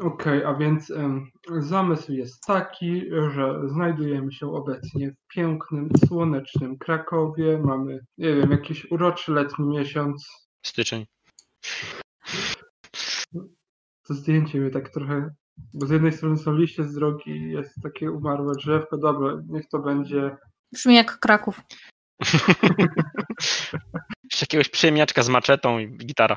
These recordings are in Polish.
Okej, a więc zamysł jest taki, że znajdujemy się obecnie w pięknym, słonecznym Krakowie. Mamy, nie wiem, jakiś uroczy letni miesiąc. Styczeń. To zdjęcie mnie tak trochę, bo z jednej strony są liście z drogi, jest takie umarłe drzewko. Dobra, niech to będzie. Brzmi jak Kraków. Jeszcze jakiegoś przyjemniaczka z maczetą i gitara.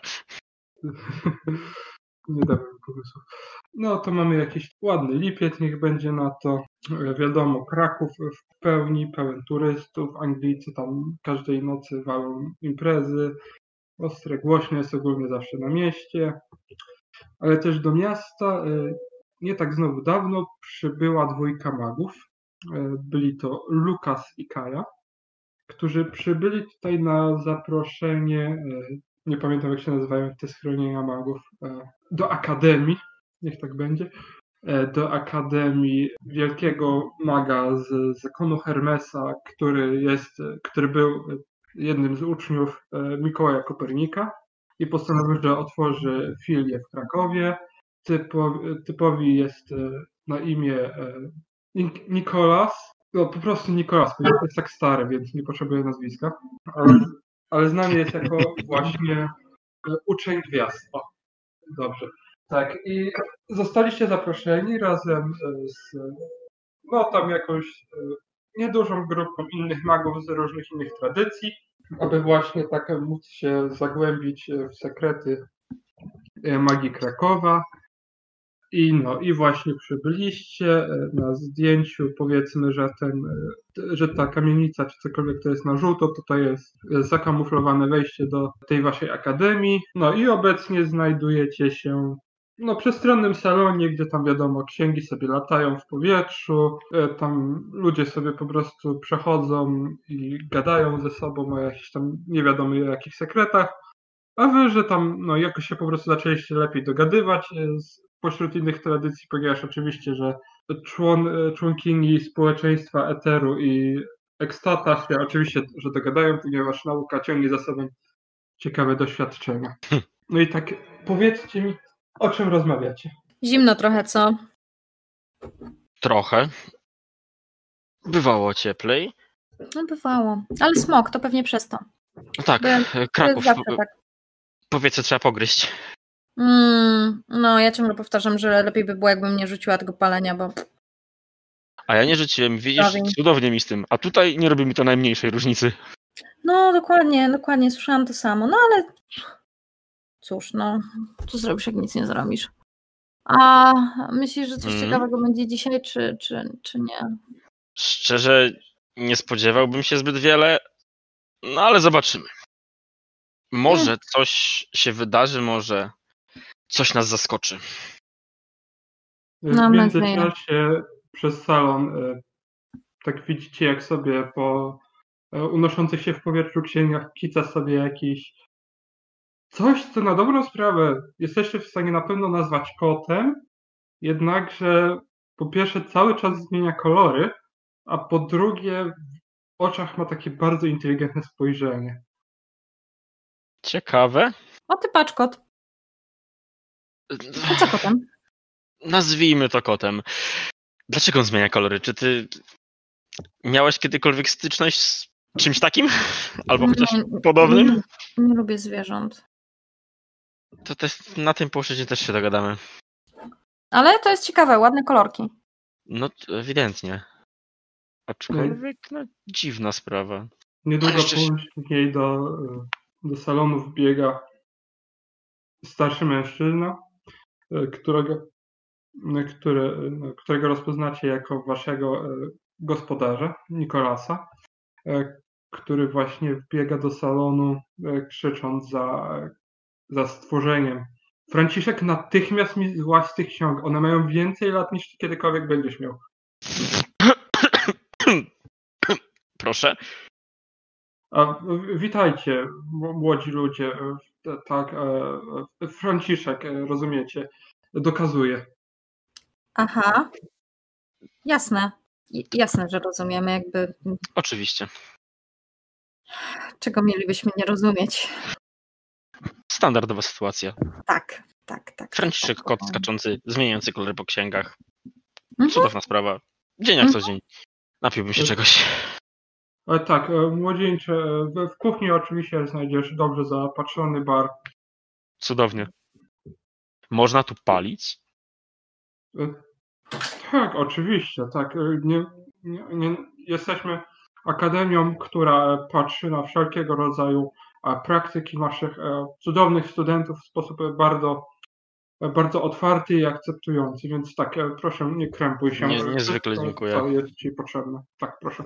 Nie dałem pomysłu. No to mamy jakiś ładny lipiec, niech będzie na to. Wiadomo, Kraków w pełni, pełen turystów. Anglicy tam każdej nocy walą imprezy. Ostre, głośno jest ogólnie zawsze na mieście. Ale też do miasta nie tak znowu dawno przybyła dwójka magów. Byli to Lukas i Kaja, którzy przybyli tutaj na zaproszenie, nie pamiętam jak się nazywają te schronienia magów, do Akademii, niech tak będzie, do Akademii wielkiego maga z zakonu Hermesa, który był jednym z uczniów Mikołaja Kopernika i postanowił, że otworzy filię w Krakowie. Typowi jest na imię Nikolas, no po prostu Nikolas, ponieważ jest tak stary, więc nie potrzebuje nazwiska, ale znany jest jako właśnie uczeń gwiazd. O, dobrze. Tak, i zostaliście zaproszeni razem z, no tam jakąś niedużą grupą innych magów z różnych innych tradycji, aby właśnie tak móc się zagłębić w sekrety magii Krakowa. I właśnie przybyliście na zdjęciu, powiedzmy, że ta kamienica, czy cokolwiek to jest na żółto, to jest zakamuflowane wejście do tej waszej akademii. No i obecnie znajdujecie się w przestronnym salonie, gdzie tam wiadomo, księgi sobie latają w powietrzu, tam ludzie sobie po prostu przechodzą i gadają ze sobą o jakichś tam nie wiadomo jakich sekretach, a wy, że tam jakoś się po prostu zaczęliście lepiej dogadywać pośród innych tradycji, ponieważ oczywiście, że członkini społeczeństwa Eteru i Ekstata się oczywiście, że dogadają, ponieważ nauka ciągnie za sobą ciekawe doświadczenia. No i tak powiedzcie mi, o czym rozmawiacie? Zimno trochę, co? Trochę. Bywało cieplej. No bywało. Ale smog, to pewnie przez to. No tak, Kraków. Tak. Powietrze trzeba pogryźć. No, ja ciągle powtarzam, że lepiej by było, jakbym nie rzuciła tego palenia, bo... A ja nie rzuciłem, widzisz, cudownie mi z tym. A tutaj nie robi mi to najmniejszej różnicy. No, dokładnie, słyszałam to samo. No, ale cóż, co zrobisz, jak nic nie zrobisz? A myślisz, że coś ciekawego będzie dzisiaj, czy nie? Szczerze, nie spodziewałbym się zbyt wiele, no ale zobaczymy. Może coś się wydarzy, może coś nas zaskoczy. W międzyczasie przez salon tak widzicie, jak sobie po unoszących się w powietrzu księgach kica sobie jakiś coś, co na dobrą sprawę jesteście w stanie na pewno nazwać kotem, jednakże po pierwsze cały czas zmienia kolory, a po drugie w oczach ma takie bardzo inteligentne spojrzenie. Ciekawe. O, ty patrz, kot. A co kotem? Nazwijmy to kotem. Dlaczego on zmienia kolory? Czy ty miałeś kiedykolwiek styczność z czymś takim? Albo chociaż podobnym? Nie lubię zwierząt. To na tym płaszczyźnie też się dogadamy. Ale to jest ciekawe, ładne kolorki. No ewidentnie. Aczkolwiek dziwna sprawa. Niedługo później do salonu wbiega starszy mężczyzna, którego rozpoznacie jako waszego gospodarza, Nikolasa, który właśnie wbiega do salonu krzycząc za stworzeniem. Franciszek, natychmiast mi złaź z tych ksiąg. One mają więcej lat niż ty kiedykolwiek będziesz miał. Proszę. Witajcie, młodzi ludzie. Tak, Franciszek, rozumiecie, dokazuje. Aha. Jasne, że rozumiemy, jakby... Oczywiście. Czego mielibyśmy nie rozumieć? Standardowa sytuacja. Tak. Tak. Franciszek, kot skaczący, zmieniający kolor po księgach. Mhm. Cudowna sprawa. Dzień jak co dzień. Napiłbym się czegoś. Tak, młodzieńcze, w kuchni oczywiście znajdziesz dobrze zaopatrzony bar. Cudownie. Można tu palić? Tak, oczywiście, tak. Nie, jesteśmy akademią, która patrzy na wszelkiego rodzaju praktyki naszych cudownych studentów w sposób bardzo otwarty i akceptujący, więc tak, proszę, nie krępuj się. Niezwykle Wszystko, dziękuję. co jest ci potrzebne. Tak, proszę.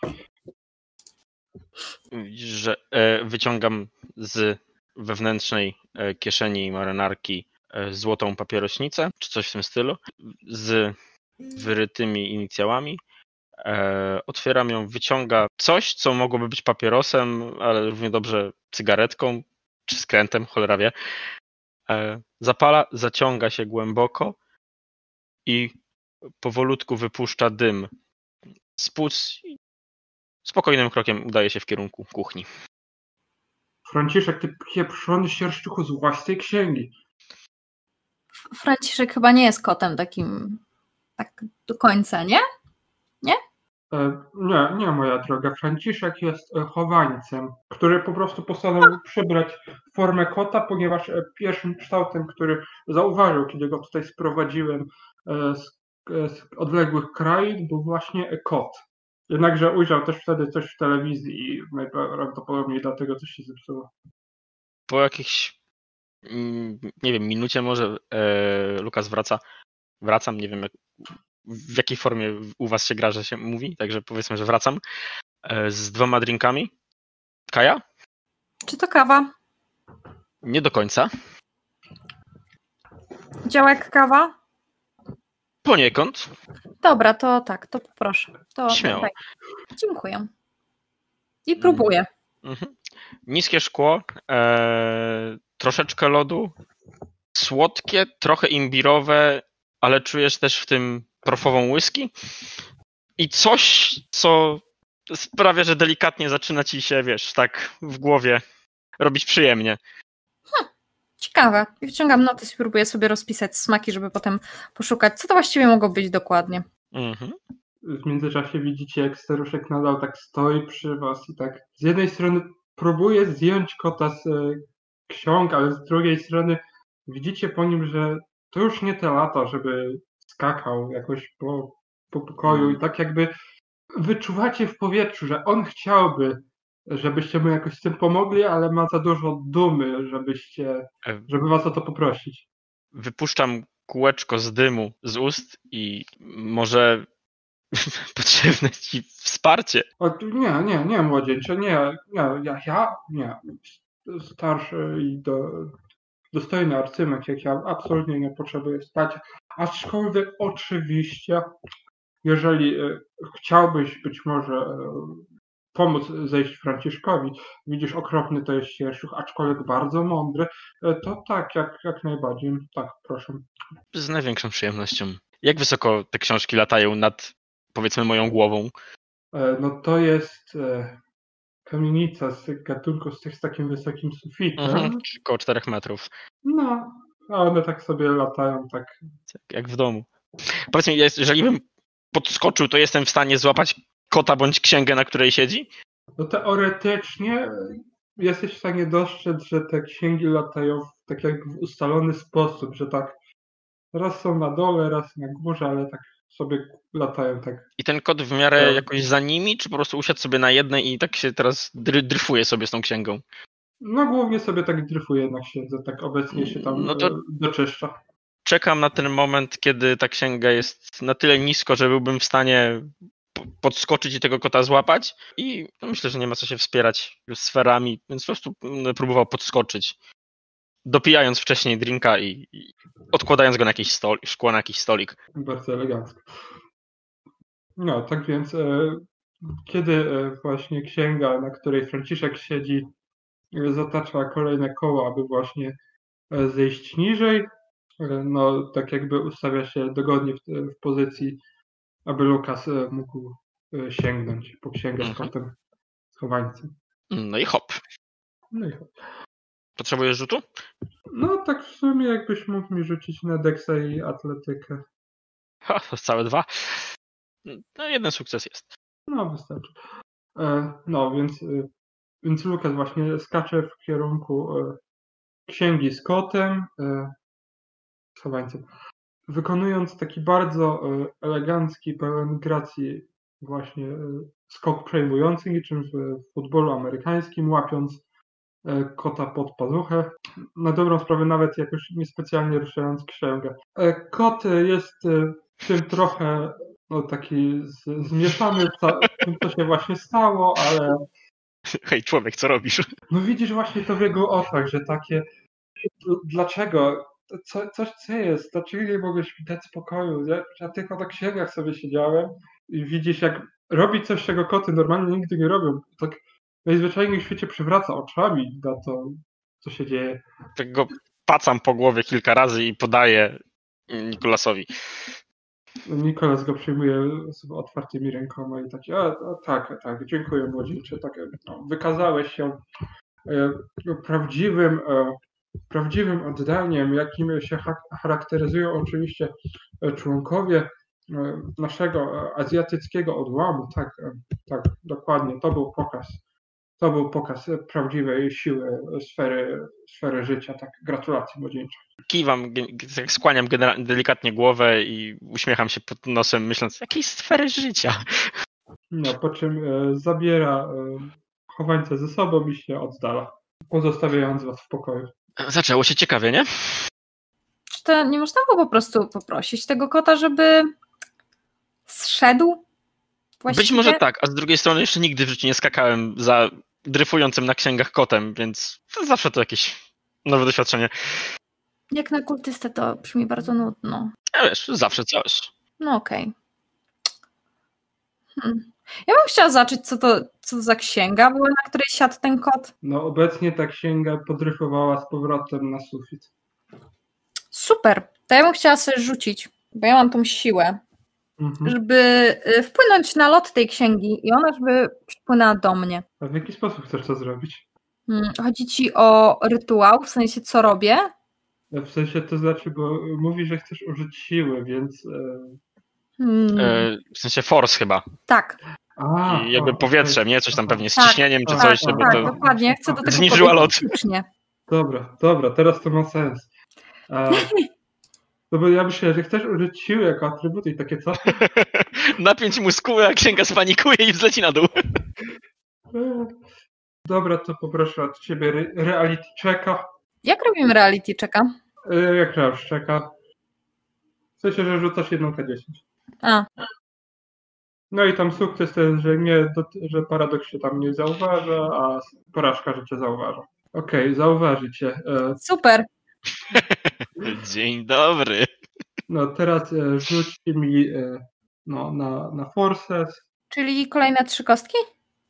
Widzisz, że wyciągam z wewnętrznej kieszeni marynarki złotą papierośnicę, czy coś w tym stylu, z wyrytymi inicjałami. Otwieram ją, wyciąga coś, co mogłoby być papierosem, ale równie dobrze cygaretką, czy skrętem, cholera wie. Zapala, zaciąga się głęboko i powolutku wypuszcza dym z płuc i spokojnym krokiem udaje się w kierunku kuchni. Franciszek, ty pieprzony sierściuchu z własnej księgi. Franciszek chyba nie jest kotem takim tak do końca, nie? Nie, moja droga. Franciszek jest chowańcem, który po prostu postanowił przybrać formę kota, ponieważ pierwszym kształtem, który zauważył, kiedy go tutaj sprowadziłem z odległych krain, był właśnie kot. Jednakże ujrzał też wtedy coś w telewizji i najprawdopodobniej dlatego coś się zepsuło. Po jakichś, nie wiem, minucie może Lukas wracam, nie wiem w jakiej formie u was się gra, że się mówi, także powiedzmy, że wracam z 2 drinkami. Kaja? Czy to kawa? Nie do końca. Działek kawa? Poniekąd. Dobra, to tak, to poproszę. To Śmiało. daj. Dziękuję. I próbuję. Mhm. Niskie szkło, troszeczkę lodu, słodkie, trochę imbirowe, ale czujesz też w tym profową whisky i coś, co sprawia, że delikatnie zaczyna ci się, wiesz, tak w głowie robić przyjemnie. Ciekawe. I wciągam notes i próbuję sobie rozpisać smaki, żeby potem poszukać, co to właściwie mogło być dokładnie. Mhm. W międzyczasie widzicie, jak staruszek nadal tak stoi przy was i tak z jednej strony próbuje zdjąć kota z ksiąg, ale z drugiej strony widzicie po nim, że to już nie te lata, żeby skakał jakoś po pokoju i tak jakby wyczuwacie w powietrzu, że on chciałby, żebyście mu jakoś z tym pomogli, ale ma za dużo dumy, żeby was o to poprosić. Wypuszczam kółeczko z dymu z ust i może potrzebne ci wsparcie. Nie, młodzieńcze, nie. Starszy i dostojny arcymek, jak ja absolutnie nie potrzebuję wsparcia. Aczkolwiek oczywiście, jeżeli chciałbyś być może pomóc zejść Franciszkowi, widzisz, okropny to jest sierściuch, aczkolwiek bardzo mądry, to tak, jak najbardziej. Tak, proszę. Z największą przyjemnością. Jak wysoko te książki latają nad, powiedzmy, moją głową? No to jest kamienica z gatunku z takim wysokim sufitem. Około 4 metrów. No, a one tak sobie latają, tak. Jak w domu. Powiedz mi, jeżeli bym podskoczył, to jestem w stanie złapać kota bądź księgę, na której siedzi? No teoretycznie jesteś w stanie dostrzec, że te księgi latają w tak jakby w ustalony sposób, że tak raz są na dole, raz na górze, ale tak sobie latają tak. I ten kot w miarę jakoś za nimi, czy po prostu usiadł sobie na jednej i tak się teraz dryfuje sobie z tą księgą? No głównie sobie tak dryfuje, jednak siedzę, tak obecnie się tam doczyszcza. Czekam na ten moment, kiedy ta księga jest na tyle nisko, że byłbym w stanie podskoczyć i tego kota złapać i myślę, że nie ma co się wspierać sferami, więc po prostu próbował podskoczyć, dopijając wcześniej drinka i odkładając go na jakiś stolik, szkło na jakiś stolik. Bardzo elegancko. No, tak więc kiedy właśnie księga, na której Franciszek siedzi, zatacza kolejne koło, aby właśnie zejść niżej, no tak jakby ustawia się dogodnie w pozycji, aby Lukas mógł sięgnąć po księgę z kotem schowańcem. No i hop. No i hop. Potrzebujesz rzutu? No tak w sumie jakbyś mógł mi rzucić na Dexa i atletykę. Ha, to całe 2. No, 1 sukces jest. No, wystarczy. No, więc Lukas właśnie skacze w kierunku księgi z kotem, schowańcem, wykonując taki bardzo elegancki, pełen gracji właśnie skok przejmujący, niczym w futbolu amerykańskim, łapiąc kota pod pazuchę. Na dobrą sprawę nawet jakoś niespecjalnie ruszając księgę. Kot jest w tym trochę taki zmieszany w tym, co się właśnie stało, ale Hej, człowiek, co robisz? no widzisz właśnie to w jego oczach, że takie dlaczego? Co jest? Dlaczego nie mogłeś mi dać spokoju? Ja tylko na księgach sobie siedziałem i widzisz, jak robi coś, czego koty normalnie nigdy nie robią. Tak najzwyczajniej w świecie przywraca oczami na to, co się dzieje. Tak go pacam po głowie kilka razy i podaję Nikolasowi. Nikolas go przyjmuje z otwartymi rękoma i taki, tak, dziękuję młodzieńcze, tak, wykazałeś się prawdziwym oddaniem, jakim się charakteryzują oczywiście członkowie naszego azjatyckiego odłamu. Tak, dokładnie, to był pokaz prawdziwej siły sfery życia, tak, gratulacje młodzieńcze. Kiwam, skłaniam delikatnie głowę i uśmiecham się pod nosem, myśląc, jakiej sfery życia. No, po czym zabiera chowańca ze sobą i się oddala, pozostawiając was w pokoju. Zaczęło się ciekawie, nie? Czy to nie można było po prostu poprosić tego kota, żeby zszedł? Właściwie? Być może tak, a z drugiej strony jeszcze nigdy w życiu nie skakałem za dryfującym na księgach kotem, więc zawsze to jakieś nowe doświadczenie. Jak na kultystę to brzmi bardzo nudno. A wiesz, zawsze coś. No okej. Ja bym chciała zobaczyć, co to za księga była, na której siadł ten kot. No, obecnie ta księga podryfowała z powrotem na sufit. Super. To ja bym chciała sobie rzucić, bo ja mam tą siłę, żeby wpłynąć na lot tej księgi i ona żeby przypłynęła do mnie. A w jaki sposób chcesz to zrobić? Chodzi ci o rytuał, w sensie co robię? W sensie to znaczy, bo mówisz, że chcesz użyć siły, więc... W sensie force chyba. Tak. I jakby powietrzem, nie? Coś tam pewnie z Tak, ciśnieniem czy tak, coś, tak, żeby tak, to dokładnie. Chcę do tego zniżyła lot. faktycznie. Dobra, teraz to ma sens. No bo ja myślę, że chcesz użyć siły jako atrybut i takie co? Napiąć mu skórę, a księga spanikuje i wzleci na dół. Dobra, to poproszę od ciebie reality checka. Jak robimy reality checka? Jak Rausz czeka. W sensie, że rzucasz 1K10. A. No i tam sukces to jest, że paradoks się tam nie zauważa, a porażka, że cię zauważa. Okej, zauważy cię. Super. Dzień dobry. No teraz rzućcie mi na forces. Czyli kolejne 3 kostki?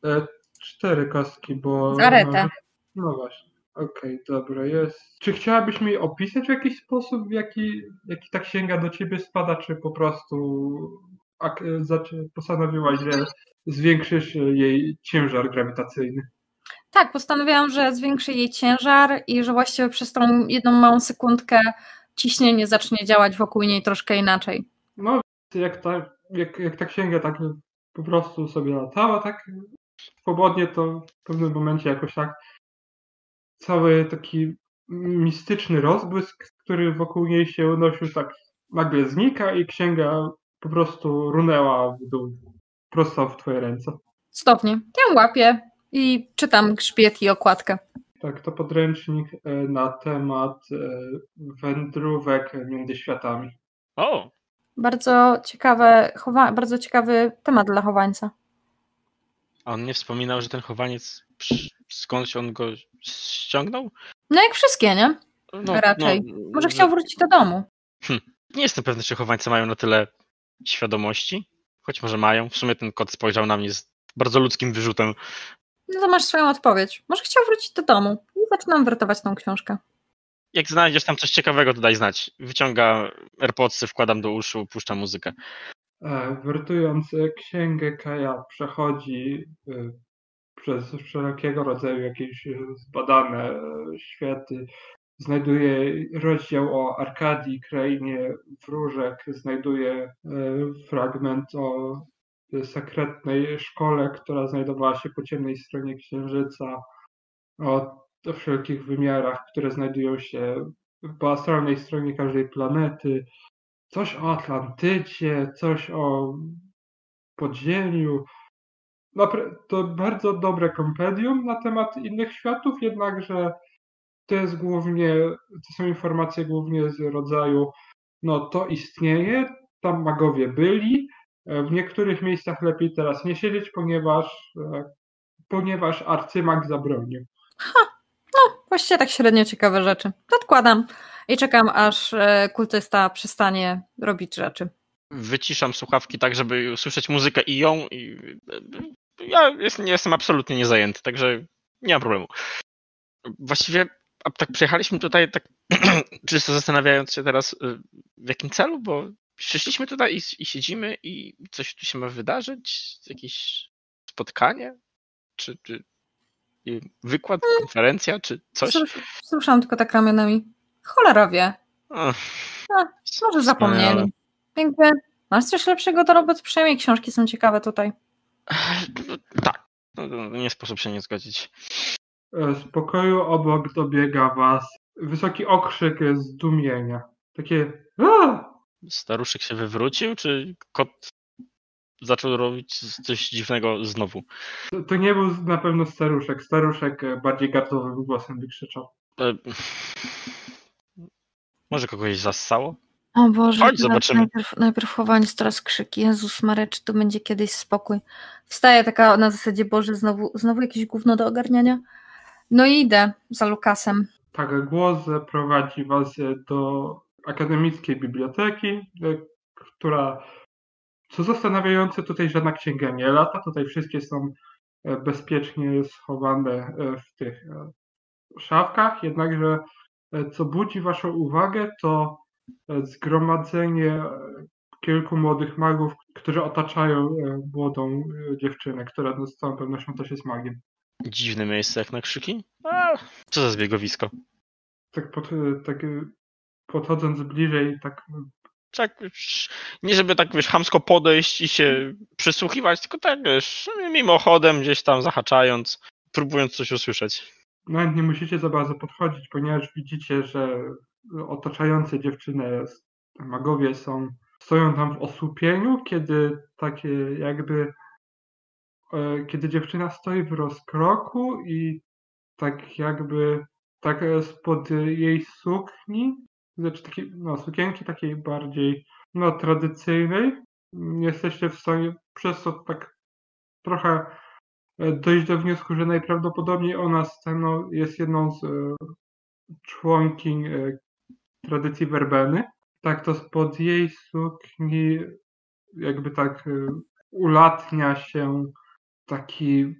4 kostki, bo... Za retę. No właśnie. Okej, dobra, jest. Czy chciałabyś mi opisać w jakiś sposób, w jaki ta księga do ciebie spada, czy po prostu postanowiłaś, że zwiększysz jej ciężar grawitacyjny? Tak, postanowiłam, że zwiększę jej ciężar i że właściwie przez tą jedną małą sekundkę ciśnienie zacznie działać wokół niej troszkę inaczej. No, jak ta księga tak po prostu sobie latała, tak swobodnie, to w pewnym momencie jakoś tak cały taki mistyczny rozbłysk, który wokół niej się unosił, tak nagle znika i księga po prostu runęła w dół, prosto w twoje ręce. Cudownie. Ja ją łapię i czytam grzbiet i okładkę. Tak, to podręcznik na temat wędrówek między światami. O! Bardzo ciekawy temat dla chowańca. A on nie wspominał, że ten chowaniec, skądś on go ściągnął? No jak wszystkie, nie? No, Raczej. Może chciał wrócić do domu. Nie jestem pewny, czy chowańce mają na tyle świadomości. Choć może mają. W sumie ten kot spojrzał na mnie z bardzo ludzkim wyrzutem. No to masz swoją odpowiedź. Może chciał wrócić do domu. I zaczynam wertować tą książkę. Jak znajdziesz tam coś ciekawego, to daj znać. Wyciąga AirPodsy, wkładam do uszu, puszczam muzykę. Wertując księgę, Kaja przechodzi przez wszelkiego rodzaju jakieś zbadane światy, znajduje rozdział o Arkadii, krainie wróżek, znajduje fragment o sekretnej szkole, która znajdowała się po ciemnej stronie Księżyca, o wszelkich wymiarach, które znajdują się po astralnej stronie każdej planety, coś o Atlantycie, coś o podziemiu. To bardzo dobre kompendium na temat innych światów, jednakże to są informacje głównie z rodzaju to istnieje, tam magowie byli, w niektórych miejscach lepiej teraz nie siedzieć, ponieważ arcymag zabronił. Właściwie tak średnio ciekawe rzeczy. Odkładam i czekam, aż kultysta przestanie robić rzeczy. Wyciszam słuchawki tak, żeby usłyszeć muzykę i ją. Ja jestem absolutnie niezajęty, także nie ma problemu. Właściwie tak przyjechaliśmy tutaj tak czysto zastanawiając się teraz w jakim celu, bo przyszliśmy tutaj i siedzimy i coś tu się ma wydarzyć? Jakieś spotkanie? Czy wykład, konferencja, czy coś? Słyszałam tylko tak ramionami. Cholera wie. Może zapomnieli. Pięknie. Masz coś lepszego do roboty? Przynajmniej książki są ciekawe tutaj. Tak. Nie sposób się nie zgodzić. Z pokoju obok dobiega was wysoki okrzyk zdumienia. Takie Staruszek się wywrócił, czy kot zaczął robić coś dziwnego znowu? To nie był na pewno staruszek. Staruszek bardziej gardłowym głosem wykrzyczał. Może kogoś zassało? O Boże, chodź, zobaczymy. Najpierw chowając teraz krzyki. Jezus Maria, czy to będzie kiedyś spokój? Wstaję taka na zasadzie, Boże, znowu jakieś gówno do ogarniania. No i idę za Lukasem. Tak, głos prowadzi was do akademickiej biblioteki, która, co zastanawiające, tutaj żadna księga nie lata, tutaj wszystkie są bezpiecznie schowane w tych szafkach, jednakże co budzi waszą uwagę, to zgromadzenie kilku młodych magów, którzy otaczają młodą dziewczynę, która z całą pewnością też jest magiem. Dziwne miejsce jak na krzyki? Co za zbiegowisko? Tak podchodząc bliżej, tak nie żeby tak chamsko podejść i się przysłuchiwać, tylko tak mimochodem gdzieś tam zahaczając, próbując coś usłyszeć. Nawet nie musicie za bardzo podchodzić, ponieważ widzicie, że otaczający dziewczynę magowie stoją tam w osłupieniu, kiedy dziewczyna stoi w rozkroku i tak spod jej sukni, znaczy sukienki takiej bardziej tradycyjnej, jesteście w stanie przez to tak trochę dojść do wniosku, że najprawdopodobniej ona jest jedną z członkiń tradycji werbeny. Tak, to spod jej sukni jakby tak ulatnia się taki,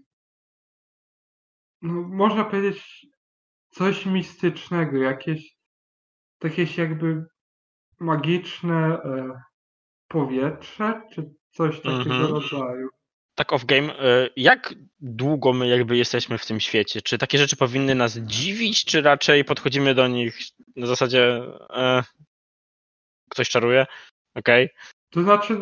można powiedzieć, coś mistycznego, jakieś jakby magiczne powietrze, czy coś takiego rodzaju. Tak off-game, jak długo my jakby jesteśmy w tym świecie? Czy takie rzeczy powinny nas dziwić, czy raczej podchodzimy do nich na zasadzie ktoś czaruje? Okej. To znaczy,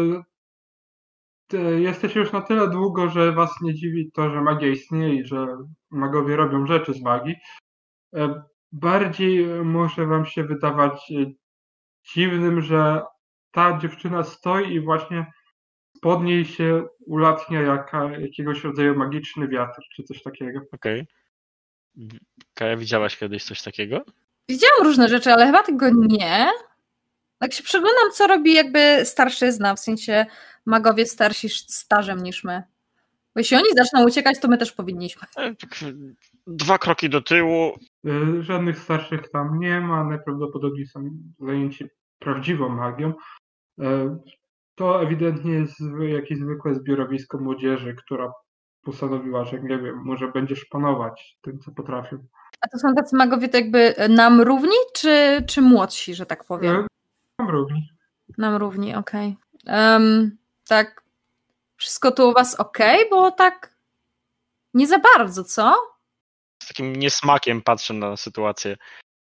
jesteście już na tyle długo, że was nie dziwi to, że magia istnieje i że magowie robią rzeczy z magii. Bardziej może wam się wydawać dziwnym, że ta dziewczyna stoi i właśnie spod niej się ulatnia jakiegoś rodzaju magiczny wiatr, czy coś takiego. Okej. Kaja, widziałaś kiedyś coś takiego? Widziałam różne rzeczy, ale chyba tego nie. Tak się przyglądam, co robi jakby starszyzna, w sensie magowie starsi stażem niż my. Bo jeśli oni zaczną uciekać, to my też powinniśmy. 2 kroki do tyłu. Żadnych starszych tam nie ma, najprawdopodobniej są zajęci prawdziwą magią. To ewidentnie jest jakieś zwykłe zbiorowisko młodzieży, która postanowiła, że nie wiem, może będziesz panować tym, co potrafią. A to są tacy magowie to jakby nam równi, czy młodsi, że tak powiem? Nam równi. Nam równi, okej. Tak, wszystko tu u was okej? Bo tak nie za bardzo, co? Z takim niesmakiem patrzę na sytuację.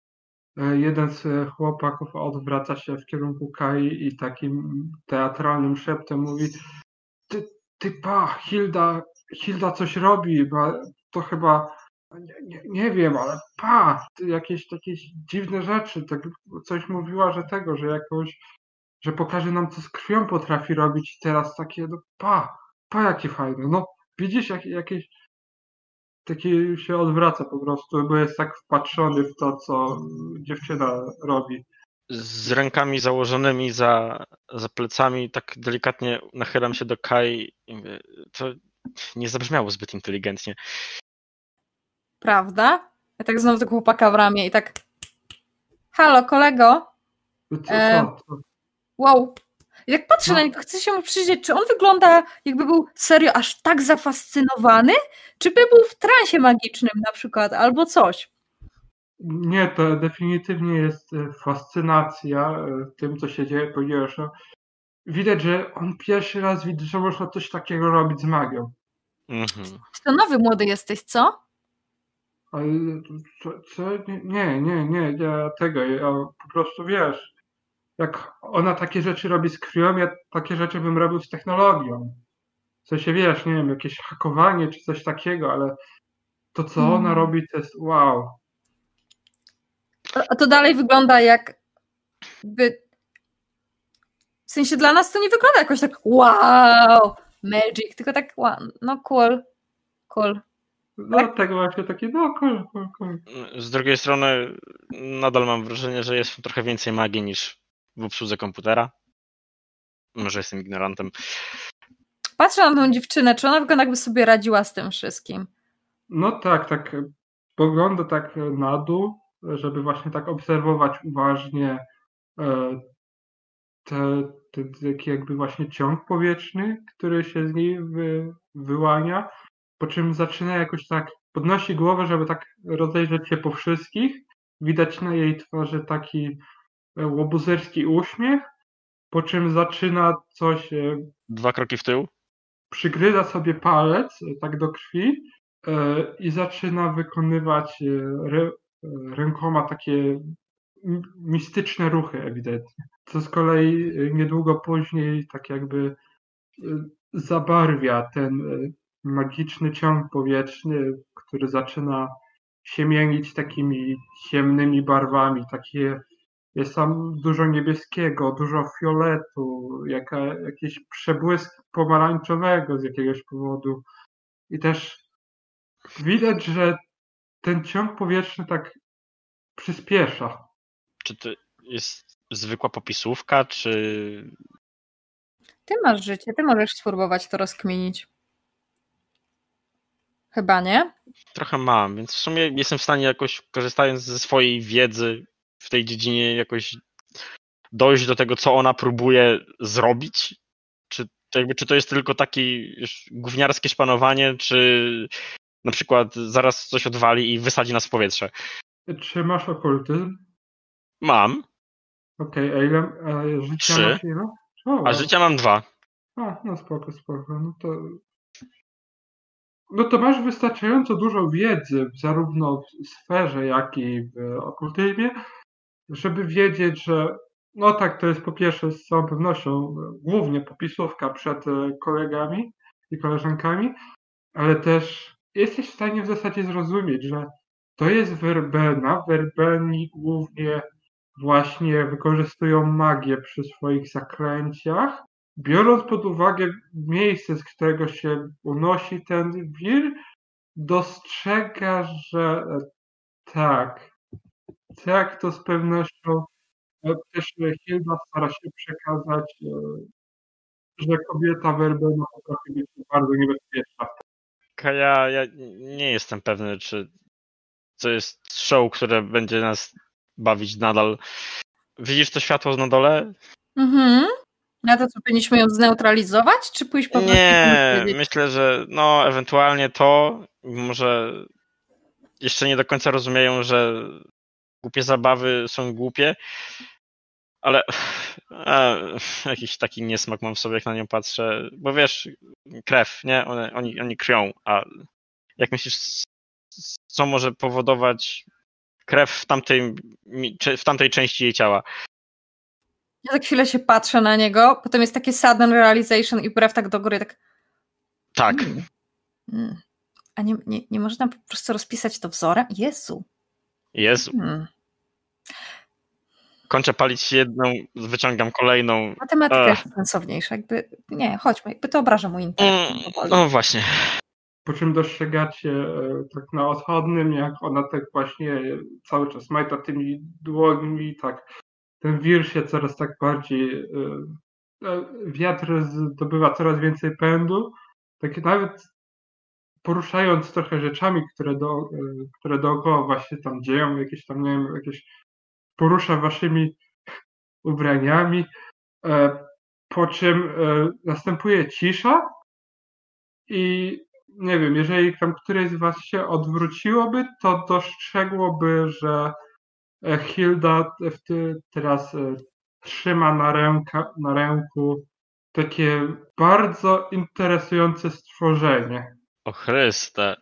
jeden z chłopaków odwraca się w kierunku Kai i takim teatralnym szeptem mówi: ty Hilda coś robi, bo to chyba, nie wiem, ale jakieś takie dziwne rzeczy, tak coś mówiła, że że jakoś, że pokaże nam, co z krwią potrafi robić i teraz takie, no jakie fajne, no widzisz, jakieś taki się odwraca po prostu, bo jest tak wpatrzony w to, co dziewczyna robi. Z rękami założonymi za plecami, tak delikatnie nachylam się do Kai i mówię, to nie zabrzmiało zbyt inteligentnie. Prawda? Ja tak znowu tego chłopaka w ramię i tak: halo, kolego? Co? Wow. I tak patrzę na niego, chcę się mu przyjrzeć, czy on wygląda, jakby był serio aż tak zafascynowany, czy by był w transie magicznym na przykład, albo coś. Nie, to definitywnie jest fascynacja tym, co się dzieje, ponieważ widać, że on pierwszy raz widzi, że można coś takiego robić z magią. Mhm. To nowy młody jesteś, co? Ale co? Nie, ja po prostu wiesz, jak ona takie rzeczy robi z krwią, ja takie rzeczy bym robił z technologią. W sensie, wiesz, nie wiem, jakieś hakowanie czy coś takiego, ale to, co ona robi, to jest wow. A to dalej wygląda jakby... W sensie dla nas to nie wygląda jakoś tak wow, magic, tylko tak wow, no cool. No Tak? tego właśnie takie, no cool. Z drugiej strony nadal mam wrażenie, że jest trochę więcej magii niż w obsłudze komputera. Może jestem ignorantem. Patrzę na tą dziewczynę, czy ona wygląda, jakby sobie radziła z tym wszystkim. No tak pogląda tak na dół, żeby właśnie tak obserwować uważnie taki jakby właśnie ciąg powietrzny, który się z niej wyłania, po czym zaczyna jakoś tak, podnosi głowę, żeby tak rozejrzeć się po wszystkich. Widać na jej twarzy taki łobuzerski uśmiech, po czym zaczyna coś, 2 kroki w tył. przygryza sobie palec tak do krwi i zaczyna wykonywać rękoma takie mistyczne ruchy ewidentnie. Co z kolei niedługo później tak jakby zabarwia ten magiczny ciąg powietrzny, który zaczyna się mienić takimi ciemnymi barwami. Jest tam dużo niebieskiego, dużo fioletu, jakiś przebłysk pomarańczowego z jakiegoś powodu. I też widać, że ten ciąg powietrzny tak przyspiesza. Czy to jest zwykła popisówka, czy... Ty masz życie, ty możesz spróbować to rozkminić. Chyba nie? Trochę mam, więc w sumie jestem w stanie jakoś, korzystając ze swojej wiedzy w tej dziedzinie, jakoś dojść do tego, co ona próbuje zrobić? Czy to jest tylko takie gówniarskie szpanowanie, czy na przykład zaraz coś odwali i wysadzi nas w powietrze? Czy masz okultyzm? Mam. Okej, a ile życia 3, masz ile? a życia mam 2. No spoko. No to masz wystarczająco dużo wiedzy, zarówno w sferze, jak i w okultyzmie, żeby wiedzieć, że no tak, to jest po pierwsze z całą pewnością głównie popisówka przed kolegami i koleżankami, ale też jesteś w stanie w zasadzie zrozumieć, że to jest werbena. Werbeni głównie właśnie wykorzystują magię przy swoich zaklęciach. Biorąc pod uwagę miejsce, z którego się unosi ten wir, dostrzega, że tak, to z pewnością też Hilda stara się przekazać, że kobieta werbena potrafi być bardzo niebezpieczna. Ja nie jestem pewny, czy to jest show, które będzie nas bawić nadal. Widzisz to światło na dole? Mhm. Na to, co powinniśmy ją zneutralizować, czy pójść po prostu? Nie, myślę, że no ewentualnie to, może jeszcze nie do końca rozumieją, że głupie zabawy są głupie, ale jakiś taki niesmak mam w sobie, jak na nią patrzę, bo wiesz, krew, nie? Oni krwią, a jak myślisz, co może powodować krew w tamtej części jej ciała. Ja tak chwilę się patrzę na niego, potem jest takie sudden realization i brew tak do góry, tak... Tak. A nie można po prostu rozpisać to wzorem? Jezu. Kończę palić jedną, wyciągam kolejną. Matematyka jest sensowniejsza. Jakby, nie, chodźmy, jakby to obraża mój intelekt. No właśnie. Po czym dostrzegacie tak na odchodnym, jak ona tak właśnie cały czas majta tymi dłońmi, tak ten wir się coraz tak bardziej, wiatr zdobywa coraz więcej pędu, tak nawet poruszając trochę rzeczami, które dookoła właśnie tam dzieją, jakieś tam, nie wiem, porusza waszymi ubraniami, po czym następuje cisza i nie wiem, jeżeli tam któreś z was się odwróciłoby, to dostrzegłoby, że Hilda teraz trzyma na ręku takie bardzo interesujące stworzenie. O Chryste.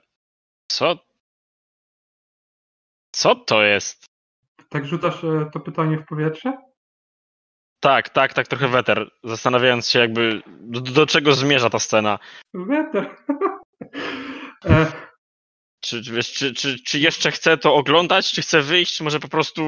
Co to jest? Tak rzucasz to pytanie w powietrze? Tak, trochę weter. Zastanawiając się jakby do czego zmierza ta scena. Weter. Czy jeszcze chcę to oglądać, czy chcę wyjść, czy może po prostu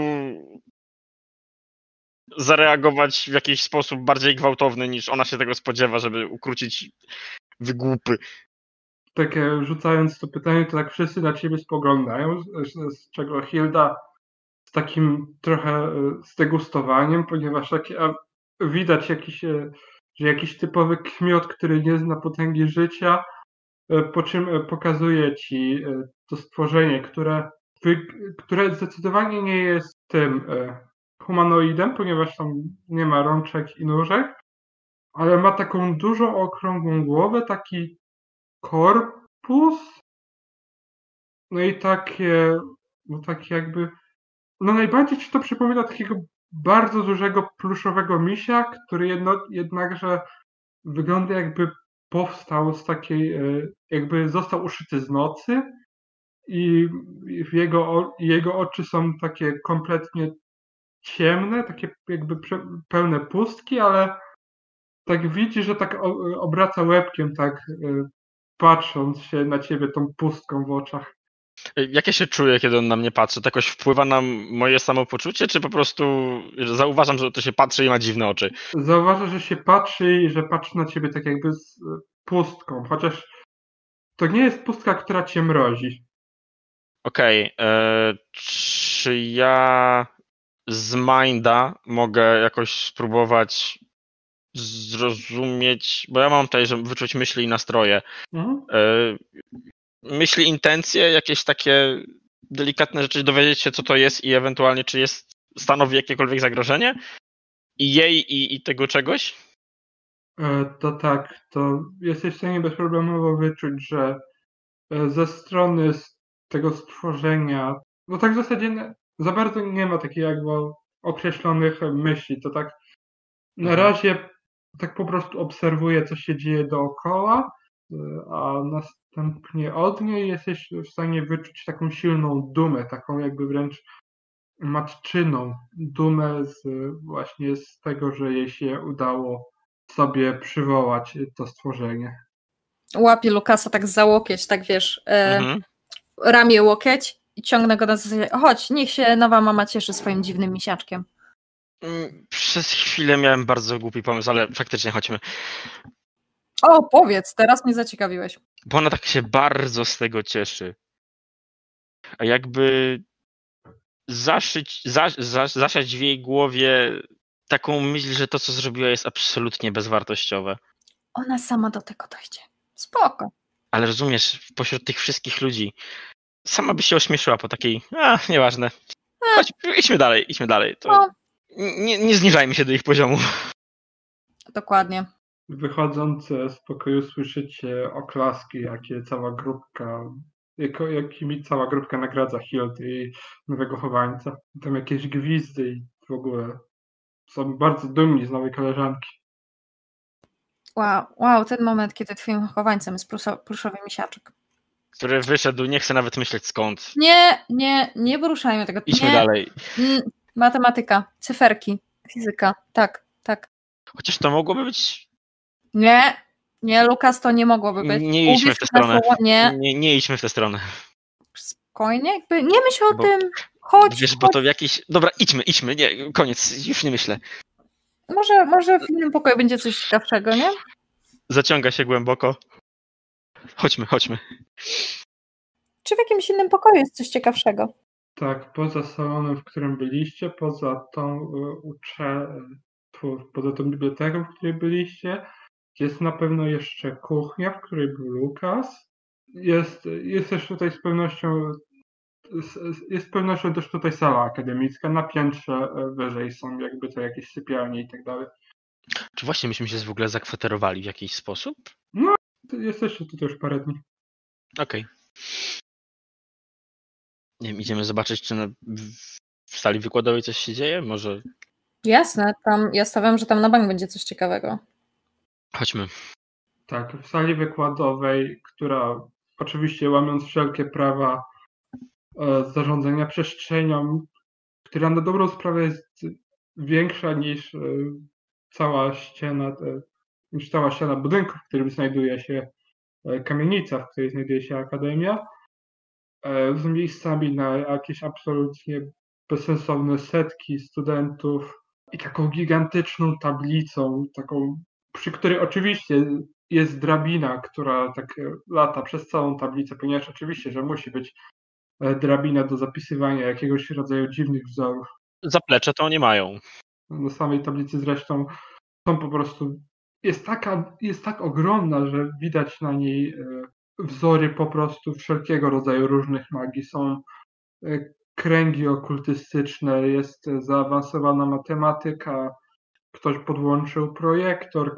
zareagować w jakiś sposób bardziej gwałtowny niż ona się tego spodziewa, żeby ukrócić wygłupy. Tak rzucając to pytanie, to tak wszyscy na ciebie spoglądają, z czego Hilda z takim trochę zdegustowaniem, ponieważ widać że jakiś typowy kmiot, który nie zna potęgi życia, po czym pokazuje ci to stworzenie, które zdecydowanie nie jest tym humanoidem, ponieważ tam nie ma rączek i nóżek, ale ma taką dużą, okrągłą głowę, taki korpus, no i takie jakby, no najbardziej ci to przypomina takiego bardzo dużego pluszowego misia, który jednakże wygląda jakby powstał z takiej, jakby został uszyty z nocy i jego oczy są takie kompletnie ciemne, takie jakby pełne pustki, ale tak widzi, że tak obraca łebkiem, tak patrząc się na ciebie tą pustką w oczach. Jak ja się czuję, kiedy on na mnie patrzy? To jakoś wpływa na moje samopoczucie, czy po prostu zauważam, że to się patrzy i ma dziwne oczy? Zauważa, że się patrzy i że patrzy na ciebie tak jakby z pustką, chociaż to nie jest pustka, która cię mrozi. Okej, czy ja z minda mogę jakoś spróbować zrozumieć, bo ja mam tutaj, żeby wyczuć myśli i nastroje. Myśli, intencje, jakieś takie delikatne rzeczy, dowiedzieć się, co to jest i ewentualnie, czy stanowi jakiekolwiek zagrożenie? I jej, i tego czegoś? To tak, to jesteś w stanie bezproblemowo wyczuć, że ze strony tego stworzenia, no tak w zasadzie za bardzo nie ma takich jakby określonych myśli, to tak na razie tak po prostu obserwuję, co się dzieje dookoła, a następnie od niej jesteś w stanie wyczuć taką silną dumę, taką jakby wręcz matczyną dumę właśnie z tego, że jej się udało sobie przywołać to stworzenie. Łapię Lukasa tak za łokieć, tak wiesz, ramię łokieć i ciągnę go na zasadzie, chodź, niech się nowa mama cieszy swoim dziwnym misiaczkiem. Przez chwilę miałem bardzo głupi pomysł, ale faktycznie chodźmy. O, powiedz, teraz mnie zaciekawiłeś. Bo ona tak się bardzo z tego cieszy. A jakby zasiać w jej głowie taką myśl, że to, co zrobiła, jest absolutnie bezwartościowe. Ona sama do tego dojdzie. Spoko. Ale rozumiesz, pośród tych wszystkich ludzi sama by się ośmieszyła po takiej, nieważne. Chodź, idźmy dalej. To nie zniżajmy się do ich poziomu. Dokładnie. Wychodząc z pokoju słyszycie oklaski, jakimi cała grupka nagradza Hildy i nowego chowańca. Tam jakieś gwizdy i w ogóle są bardzo dumni z nowej koleżanki. Wow, ten moment, kiedy twoim chowańcem jest pluszowy misiaczek. który wyszedł, nie chcę nawet myśleć skąd. Nie poruszajmy tego. Idźmy dalej. Matematyka, cyferki, fizyka, tak. Chociaż to mogłoby być... Nie, Lukas, to nie mogłoby być. Nie idźmy w tę stronę. Nie, idźmy w tę stronę. spokojnie, jakby nie myśl o tym. Chodź. Wiesz, bo to w jakiś... Dobra, idźmy, nie, koniec, już nie myślę. Może w innym pokoju będzie coś ciekawszego, nie? Zaciąga się głęboko. Chodźmy. Czy w jakimś innym pokoju jest coś ciekawszego? Tak, poza salonem, w którym byliście, poza tą biblioteką, w której byliście, jest na pewno jeszcze kuchnia, w której był Lukas. Jest też tutaj z pewnością też tutaj sala akademicka. Na piętrze wyżej są jakby to jakieś sypialnie i tak dalej. Czy właśnie myśmy się w ogóle zakwaterowali w jakiś sposób? No, jesteście tutaj już parę dni. Okej. Nie wiem, idziemy zobaczyć, czy w sali wykładowej coś się dzieje? Może... Jasne, ja stawiam, że tam na bank będzie coś ciekawego. Chodźmy. Tak, w sali wykładowej, która oczywiście łamiąc wszelkie prawa zarządzania przestrzenią, która na dobrą sprawę jest większa niż cała ściana budynku, w którym znajduje się kamienica, w której znajduje się akademia, z miejscami na jakieś absolutnie bezsensowne setki studentów i taką gigantyczną tablicą, przy której oczywiście jest drabina, która tak lata przez całą tablicę, ponieważ oczywiście, że musi być drabina do zapisywania jakiegoś rodzaju dziwnych wzorów. Zaplecze to nie mają. Na samej tablicy zresztą są po prostu... Jest tak ogromna, że widać na niej wzory po prostu wszelkiego rodzaju różnych magii. Są kręgi okultystyczne, jest zaawansowana matematyka, ktoś podłączył projektor,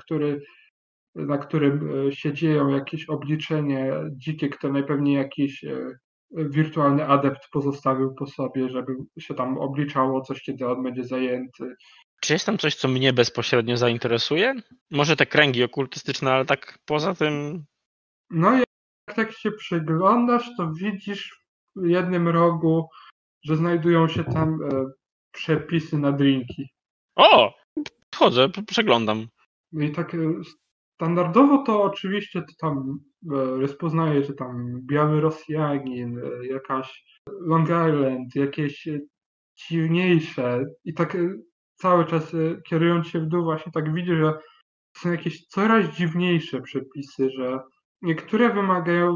na którym się dzieją jakieś obliczenie dzikie, które najpewniej jakiś wirtualny adept pozostawił po sobie, żeby się tam obliczało coś, kiedy on będzie zajęty. Czy jest tam coś, co mnie bezpośrednio zainteresuje? Może te kręgi okultystyczne, ale tak poza tym... No jak tak się przyglądasz, to widzisz w jednym rogu, że znajdują się tam przepisy na drinki. O! Chodzę, przeglądam. I tak standardowo to oczywiście to tam rozpoznaje, że tam biały Rosjanin, jakaś Long Island, jakieś dziwniejsze i tak cały czas kierując się w dół właśnie tak widzi, że są jakieś coraz dziwniejsze przepisy, że niektóre wymagają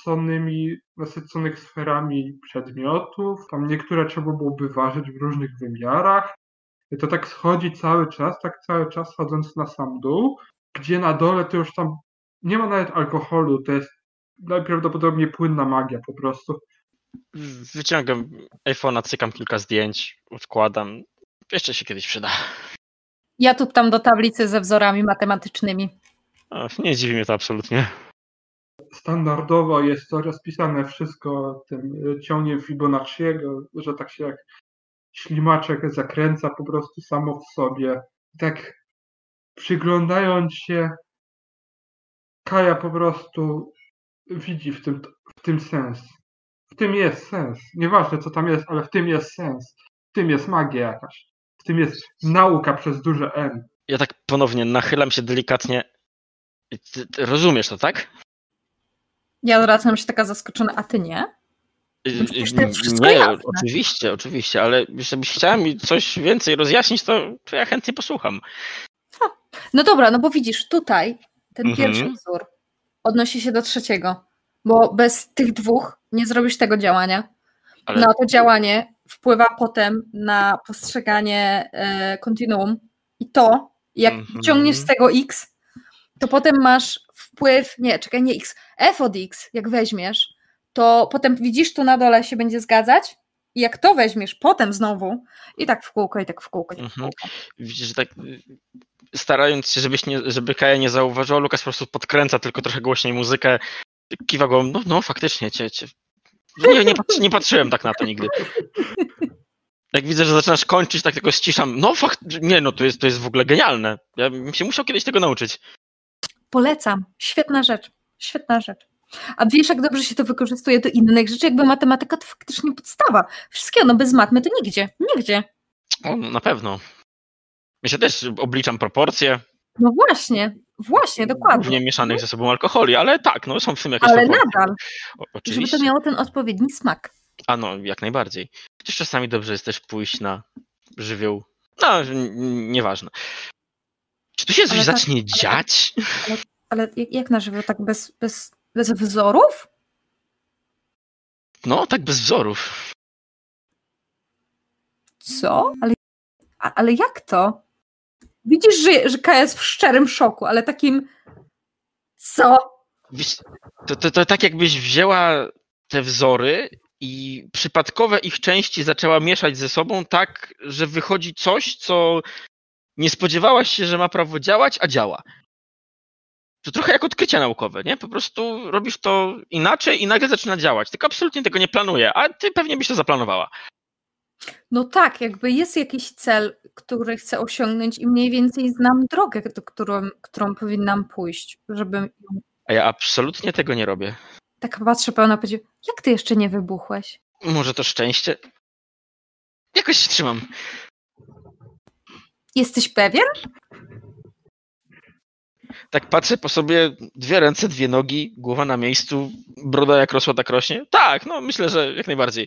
nasyconych sferami przedmiotów, tam niektóre trzeba byłoby ważyć w różnych wymiarach. I to tak schodzi cały czas schodząc na sam dół, gdzie na dole to już tam nie ma nawet alkoholu, to jest najprawdopodobniej płynna magia po prostu. Wyciągam iPhone'a, cykam kilka zdjęć, odkładam. Jeszcze się kiedyś przyda. Ja tuptam do tablicy ze wzorami matematycznymi. Nie dziwi mnie to absolutnie. Standardowo jest to rozpisane wszystko tym ciągiem Fibonacciego, że tak się jak ślimaczek zakręca po prostu samo w sobie. Tak przyglądając się, Kaja po prostu widzi w tym sens. W tym jest sens. Nieważne co tam jest, ale w tym jest sens. W tym jest magia jakaś. W tym jest nauka przez duże N. Ja tak ponownie nachylam się delikatnie. Ty rozumiesz to, tak? Ja odwracam się taka zaskoczona, a ty nie? To jest wszystko Nie, jasne. oczywiście, ale żebyś chciała mi coś więcej rozjaśnić, to ja chętnie posłucham. No dobra, no bo widzisz, tutaj ten pierwszy wzór odnosi się do trzeciego, bo bez tych dwóch nie zrobisz tego działania. Ale... No a to działanie wpływa potem na postrzeganie kontinuum i to, jak wyciągniesz z tego x, to potem masz wpływ, nie x, f od x, jak weźmiesz, to potem widzisz, tu na dole się będzie zgadzać i jak to weźmiesz potem znowu i tak w kółko, i tak w kółko, i tak w kółko. Widzisz, że tak starając się, żeby Kaja nie zauważyła, Lukas po prostu podkręca tylko trochę głośniej muzykę, kiwa go, no faktycznie, nie patrzyłem tak na to nigdy. Jak widzę, że zaczynasz kończyć, tak tylko ściszam, to jest w ogóle genialne. Ja bym się musiał kiedyś tego nauczyć. Polecam, świetna rzecz. A wiesz, jak dobrze się to wykorzystuje do innych rzeczy, jakby matematyka to faktycznie podstawa. Wszystkiego, no bez matmy to nigdzie. O, no, na pewno. Ja się też obliczam proporcje, No właśnie, dokładnie. głównie mieszanych ze sobą alkoholi, ale tak, no są w tym jakieś Ale proporcje. nadal, żeby Oczywiście. to miało ten odpowiedni smak. A no, jak najbardziej. Chociaż czasami dobrze jest też pójść na żywioł. No, nieważne. Czy tu się coś Ale tak, zacznie dziać? Ale jak na żywo, tak bez wzorów? No, tak bez wzorów. Co? Ale jak to? Widzisz, że Kaja jest w szczerym szoku, ale takim co? Wiesz, to tak jakbyś wzięła te wzory i przypadkowe ich części zaczęła mieszać ze sobą tak, że wychodzi coś, co nie spodziewałaś się, że ma prawo działać, a działa. To trochę jak odkrycie naukowe, nie? Po prostu robisz to inaczej i nagle zaczyna działać. Tylko absolutnie tego nie planuję, a ty pewnie byś to zaplanowała. No tak, jakby jest jakiś cel, który chcę osiągnąć i mniej więcej znam drogę, którą powinnam pójść, żeby... A ja absolutnie tego nie robię. Tak patrzę pełna podziwu. Jak ty jeszcze nie wybuchłeś? Może to szczęście? Jakoś się trzymam. Jesteś pewien? Tak patrzę po sobie, 2 ręce, 2 nogi, głowa na miejscu, broda jak rosła, tak rośnie. Tak, no myślę, że jak najbardziej.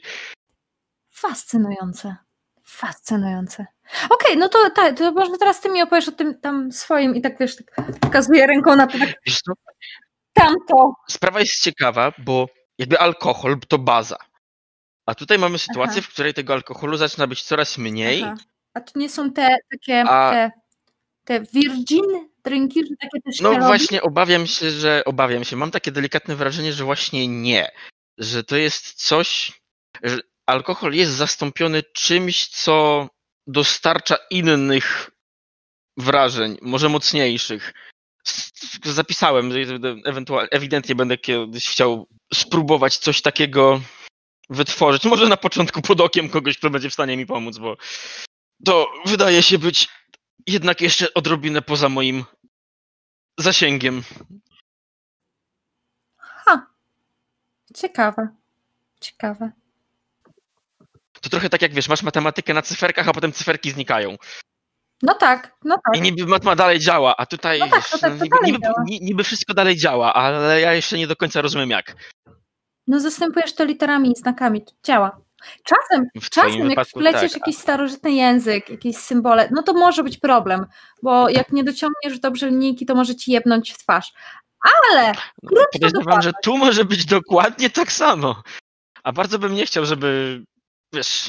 Fascynujące. Okej, no to może teraz ty mi opowiesz o tym tam swoim i tak wiesz, tak wskazuję ręką na to, tak Wiesz co? tamto. Sprawa jest ciekawa, bo jakby alkohol to baza. A tutaj mamy sytuację, w której tego alkoholu zaczyna być coraz mniej. Aha. A to nie są te takie te virgin drinki, że takie też No się właśnie, obawiam się. Mam takie delikatne wrażenie, że właśnie nie. Że to jest coś, że alkohol jest zastąpiony czymś, co dostarcza innych wrażeń, może mocniejszych. Zapisałem, ewidentnie będę kiedyś chciał spróbować coś takiego wytworzyć. Może na początku pod okiem kogoś, kto będzie w stanie mi pomóc, bo to wydaje się być jednak jeszcze odrobinę poza moim zasięgiem. Ciekawe. To trochę tak jak wiesz, masz matematykę na cyferkach, a potem cyferki znikają. No tak. I niby matma dalej działa, a tutaj No tak, wiesz, to dalej działa. niby wszystko dalej działa, ale ja jeszcze nie do końca rozumiem jak. No zastępujesz to literami i znakami, to działa. Czasem jak wypadku wpleciesz tak. jakiś starożytny język, jakieś symbole, no to może być problem, bo jak nie dociągniesz dobrze linijki, to może ci jebnąć w twarz. Ale podejrzewam, że tu może być dokładnie tak samo. A bardzo bym nie chciał, żeby wiesz,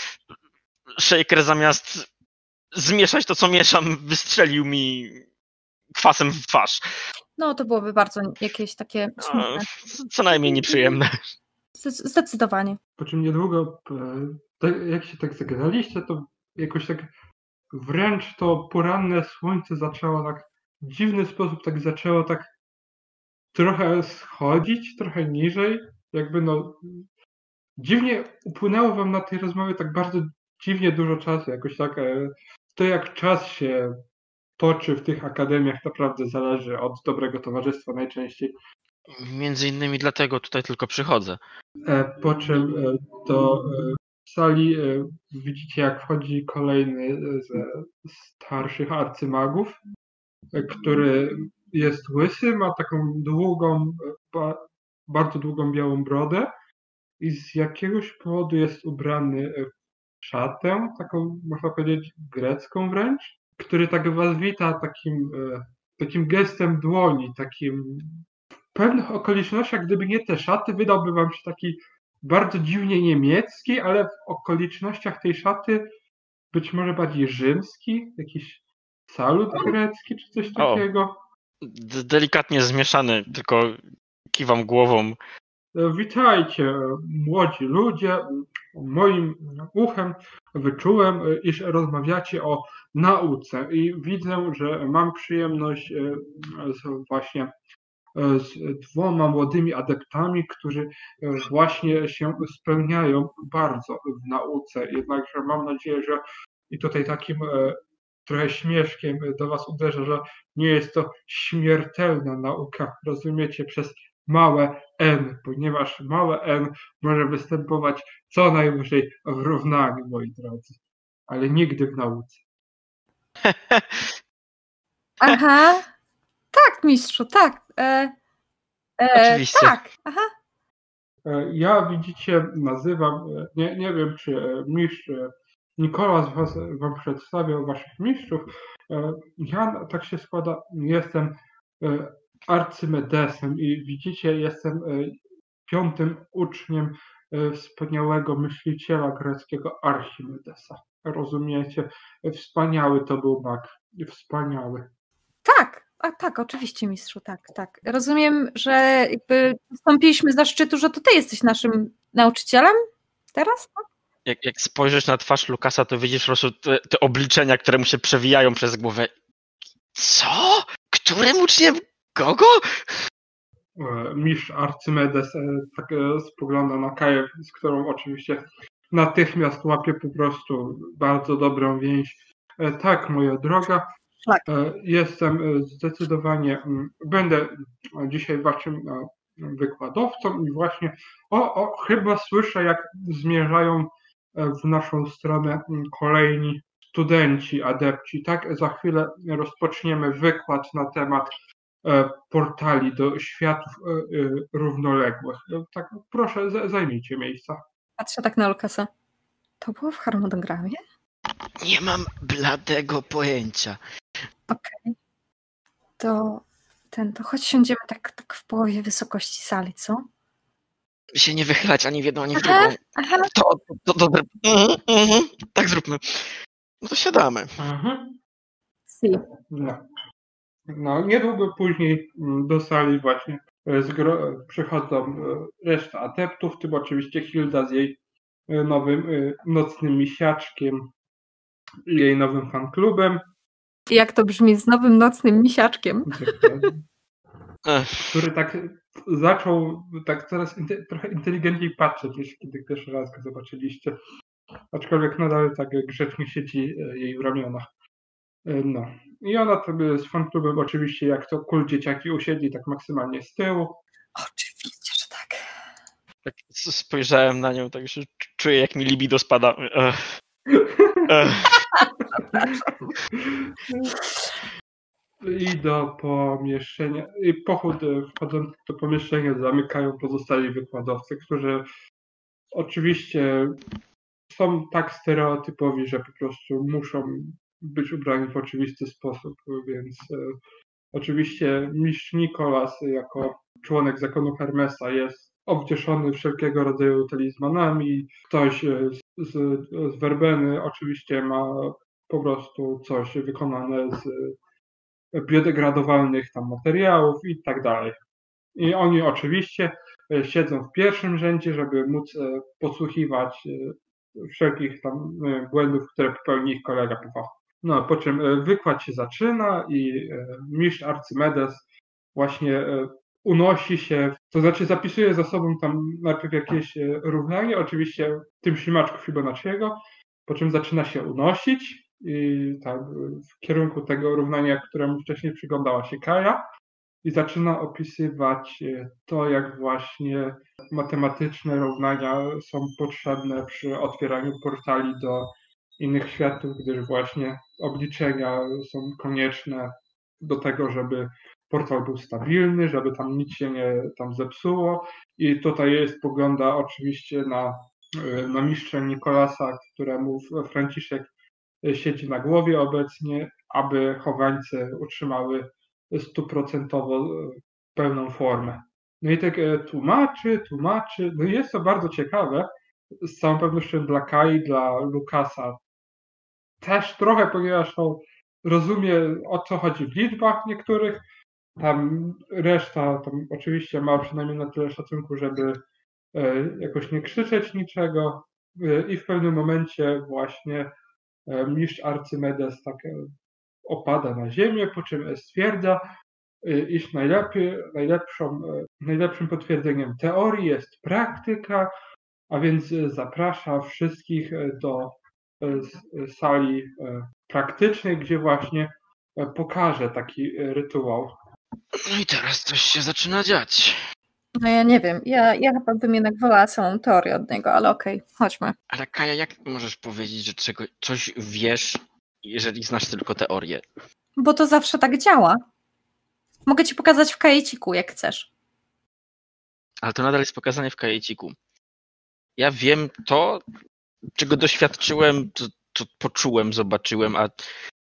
shaker zamiast zmieszać to, co mieszam, wystrzelił mi kwasem w twarz. No to byłoby bardzo jakieś takie smutne. Co najmniej nieprzyjemne. Zdecydowanie. Po czym niedługo, jak się tak zagadaliście, to jakoś tak wręcz to poranne słońce zaczęło tak w dziwny sposób, tak zaczęło tak trochę schodzić, trochę niżej, jakby no dziwnie upłynęło wam na tej rozmowie tak bardzo dziwnie dużo czasu, jakoś tak to jak czas się toczy w tych akademiach naprawdę zależy od dobrego towarzystwa najczęściej. Między innymi dlatego tutaj tylko przychodzę. Po czym do sali widzicie, jak wchodzi kolejny ze starszych arcymagów, który jest łysy, ma taką długą, bardzo długą białą brodę i z jakiegoś powodu jest ubrany w szatę, taką można powiedzieć grecką wręcz, który tak was wita takim gestem dłoni, takim w pewnych okolicznościach, gdyby nie te szaty, wydałby wam się taki bardzo dziwnie niemiecki, ale w okolicznościach tej szaty być może bardziej rzymski, jakiś salut grecki czy coś takiego. Delikatnie zmieszany, tylko kiwam głową. Witajcie, młodzi ludzie. Moim uchem wyczułem, iż rozmawiacie o nauce i widzę, że mam przyjemność z 2 młodymi adeptami, którzy właśnie się spełniają bardzo w nauce. Jednakże mam nadzieję, że i tutaj takim trochę śmieszkiem do was uderzę, że nie jest to śmiertelna nauka, rozumiecie, przez małe n, ponieważ małe n może występować co najwyżej w równaniu, moi drodzy, ale nigdy w nauce. Aha, tak, mistrzu, tak. Oczywiście. Tak, aha. Ja, widzicie, nazywam, nie wiem, czy mistrz Nikolas wam przedstawiał waszych mistrzów. Ja, tak się składa, jestem Arcymedesem i widzicie, jestem 5. uczniem wspaniałego myśliciela greckiego Archimedesa. Rozumiecie? Wspaniały to był mag. Wspaniały. Tak, oczywiście, mistrzu, tak. Rozumiem, że jakby wstąpiliśmy za szczytu, że to ty jesteś naszym nauczycielem teraz, tak? Jak spojrzysz na twarz Lukasa, to widzisz po prostu te obliczenia, które mu się przewijają przez głowę. Co? Którym uczniem kogo? Mistrz Arcymedes tak spogląda na Kaję, z którą oczywiście natychmiast łapie po prostu bardzo dobrą więź. Tak, moja droga, Tak. jestem zdecydowanie, będę dzisiaj waszym wykładowcą i właśnie chyba słyszę, jak zmierzają w naszą stronę kolejni studenci, adepci. Tak, za chwilę rozpoczniemy wykład na temat portali do światów równoległych. Tak, proszę, zajmijcie miejsca. Patrzę tak na Lukasa. To było w harmonogramie? Nie mam bladego pojęcia. Okej. To chodź siądziemy tak w połowie wysokości sali, co? Się nie wychylać ani w jedną, ani w drugą. Aha. To dobre. Tak zróbmy. No to siadamy. Si. No, niedługo później do sali właśnie przychodzą reszta adeptów, w tym oczywiście Hilda z jej nowym nocnym misiaczkiem i jej nowym fanklubem. Jak to brzmi z nowym nocnym misiaczkiem? Ech. Który tak zaczął tak coraz trochę inteligentniej patrzeć, niż kiedy pierwszy raz go zobaczyliście. Aczkolwiek nadal tak grzecznie siedzi jej w ramionach. No. I ona sobie z fanklubem oczywiście, jak to cool dzieciaki, usiedli tak maksymalnie z tyłu. Oczywiście, że tak. Tak spojrzałem na nią, tak że czuję, jak mi libido spada. I do pomieszczenia, i wchodząc do pomieszczenia zamykają pozostali wykładowcy, którzy oczywiście są tak stereotypowi, że po prostu muszą być ubrani w oczywisty sposób, więc oczywiście mistrz Nikolas jako członek zakonu Hermesa jest obcieszony wszelkiego rodzaju talizmanami. Ktoś z werbeny oczywiście ma po prostu coś wykonane z biodegradowalnych tam materiałów i tak dalej. I oni oczywiście siedzą w pierwszym rzędzie, żeby móc podsłuchiwać wszelkich tam błędów, które popełni ich kolega po fachu. No, po czym wykład się zaczyna i mistrz Arcymedes właśnie unosi się, to znaczy zapisuje za sobą tam najpierw jakieś równanie, oczywiście w tym ślimaczku Fibonacciego, po czym zaczyna się unosić i tak w kierunku tego równania, któremu wcześniej przyglądała się Kaja, i zaczyna opisywać to, jak właśnie matematyczne równania są potrzebne przy otwieraniu portali do innych światów, gdyż właśnie obliczenia są konieczne do tego, żeby portal był stabilny, żeby tam nic się nie tam zepsuło. I tutaj spogląda oczywiście na mistrza Nikolasa, któremu Franciszek siedzi na głowie obecnie, aby chowańce utrzymały 100% pełną formę. No i tak tłumaczy. No i jest to bardzo ciekawe, z całą pewnością dla Kai, dla Lukasa też trochę, ponieważ on rozumie, o co chodzi w liczbach niektórych. Tam reszta tam oczywiście ma przynajmniej na tyle szacunku, żeby jakoś nie krzyczeć niczego. I w pewnym momencie właśnie mistrz Arcymedes tak opada na ziemię, po czym stwierdza, iż najlepszym potwierdzeniem teorii jest praktyka, a więc zaprasza wszystkich do sali praktycznej, gdzie właśnie pokaże taki rytuał. No i teraz coś się zaczyna dziać. No ja nie wiem, ja chyba bym jednak wolała całą teorię od niego, ale okej, chodźmy. Ale Kaja, jak możesz powiedzieć, że coś wiesz, jeżeli znasz tylko teorię? Bo to zawsze tak działa. Mogę ci pokazać w kajeciku, jak chcesz. Ale to nadal jest pokazane w kajeciku. Ja wiem to, czego doświadczyłem, co poczułem, zobaczyłem, a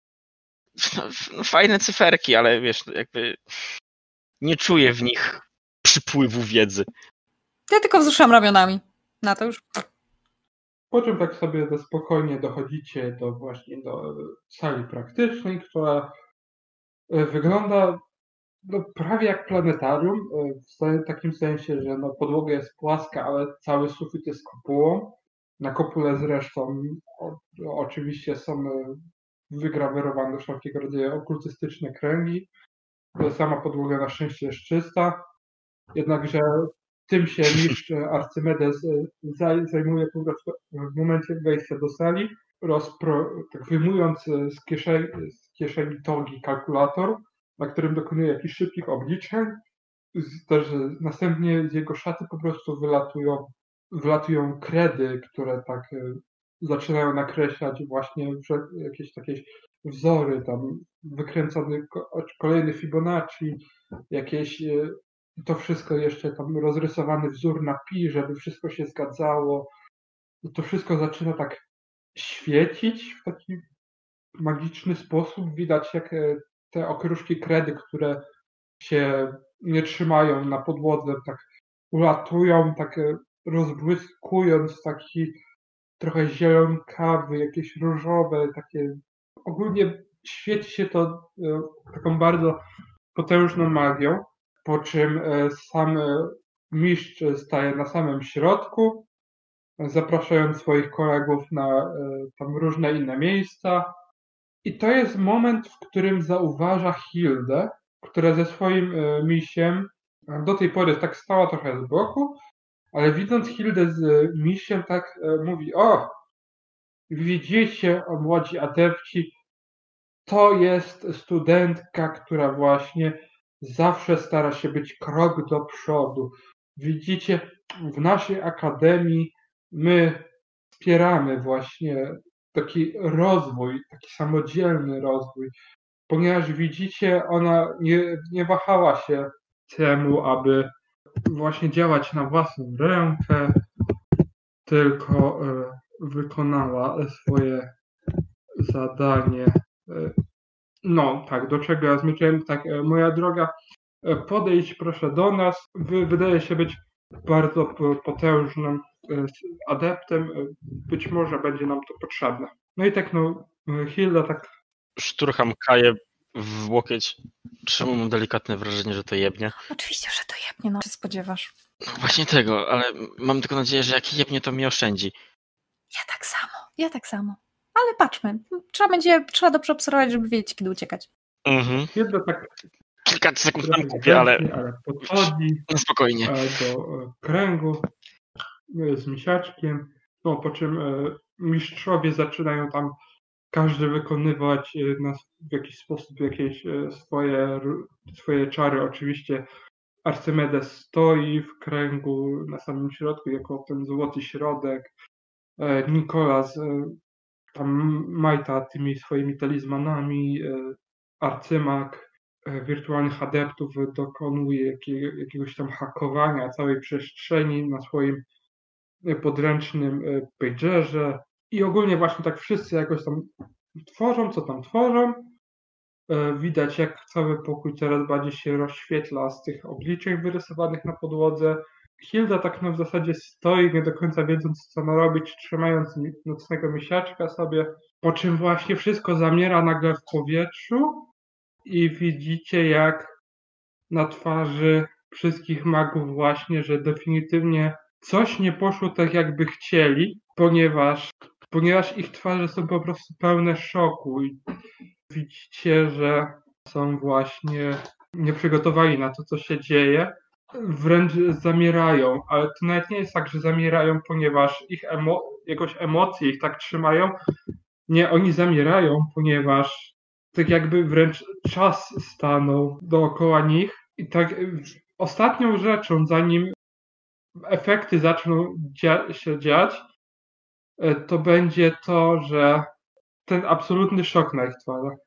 no, fajne cyferki, ale wiesz, jakby nie czuję w nich przypływu wiedzy. Ja tylko wzruszam ramionami. Na to już. Po czym tak sobie spokojnie dochodzicie do sali praktycznej, która wygląda prawie jak planetarium, w takim sensie, że podłoga jest płaska, ale cały sufit jest kopułą. Na kopule zresztą oczywiście są wygrawerowane wszelkiego rodzaju okultystyczne kręgi. Sama podłoga na szczęście jest czysta, jednakże tym się mistrz Arcymedes zajmuje po prostu w momencie wejścia do sali, tak wyjmując z kieszeni togi kalkulator, na którym dokonuje jakichś szybkich obliczeń. Też następnie z jego szaty po prostu wylatują kredy, które tak zaczynają nakreślać właśnie jakieś takie wzory, tam wykręcony kolejny Fibonacci, jakieś to wszystko jeszcze tam rozrysowany wzór na pi, żeby wszystko się zgadzało. To wszystko zaczyna tak świecić w taki magiczny sposób. Widać jak te okruszki kredy, które się nie trzymają na podłodze, tak ulatują, tak rozbłyskując, taki trochę zielonkawy, jakieś różowe, takie ogólnie świeci się to taką bardzo potężną magią, po czym sam mistrz staje na samym środku, zapraszając swoich kolegów na tam różne inne miejsca. I to jest moment, w którym zauważa Hildę, która ze swoim misiem do tej pory tak stała trochę z boku, ale widząc Hildę z misiem tak mówi: o, widzicie, o młodzi adepci, to jest studentka, która właśnie zawsze stara się być krok do przodu. Widzicie, w naszej akademii my wspieramy właśnie taki rozwój, taki samodzielny rozwój, ponieważ widzicie, ona nie wahała się temu, aby właśnie działać na własną rękę, tylko wykonała swoje zadanie. No tak, do czego ja zmierzałem? Tak, moja droga, podejdź proszę do nas. Wydaje się być bardzo potężnym adeptem. Być może będzie nam to potrzebne. No i tak, Hilda tak. Szturcham Kaję w łokieć. Czemu mam delikatne wrażenie, że to jebnie? Oczywiście, że to jebnie, no. Czy spodziewasz? No właśnie tego, ale mam tylko nadzieję, że jak jebnie, to mnie oszczędzi. Ja tak samo. Ale patrzmy, trzeba dobrze obserwować, żeby wiedzieć, kiedy uciekać. Mhm. Hilda tak Kilka sekund tam kupię, ale podchodzi no spokojnie do kręgu z misiaczkiem, po czym mistrzowie zaczynają tam każdy wykonywać w jakiś sposób jakieś swoje czary. Oczywiście Arcymedes stoi w kręgu na samym środku jako ten złoty środek. Nikolas tam majta tymi swoimi talizmanami. Arcymak wirtualnych adeptów dokonuje jakiegoś tam hakowania całej przestrzeni na swoim podręcznym pagerze. I ogólnie właśnie tak wszyscy jakoś tam tworzą, co tam tworzą. Widać, jak cały pokój coraz bardziej się rozświetla z tych obliczeń wyrysowanych na podłodze. Hilda tak w zasadzie stoi, nie do końca wiedząc, co ma robić, trzymając nocnego misiaczka sobie, po czym właśnie wszystko zamiera nagle w powietrzu i widzicie, jak na twarzy wszystkich magów właśnie, że definitywnie coś nie poszło tak, jakby chcieli, ponieważ ich twarze są po prostu pełne szoku i widzicie, że są właśnie nieprzygotowani na to, co się dzieje. Wręcz zamierają, ale to nawet nie jest tak, że zamierają, ponieważ jakoś emocje ich tak trzymają. Nie, oni zamierają, ponieważ tak jakby wręcz czas stanął dookoła nich i tak ostatnią rzeczą, zanim efekty zaczną się dziać, to będzie to, że ten absolutny szok na ich twarzach.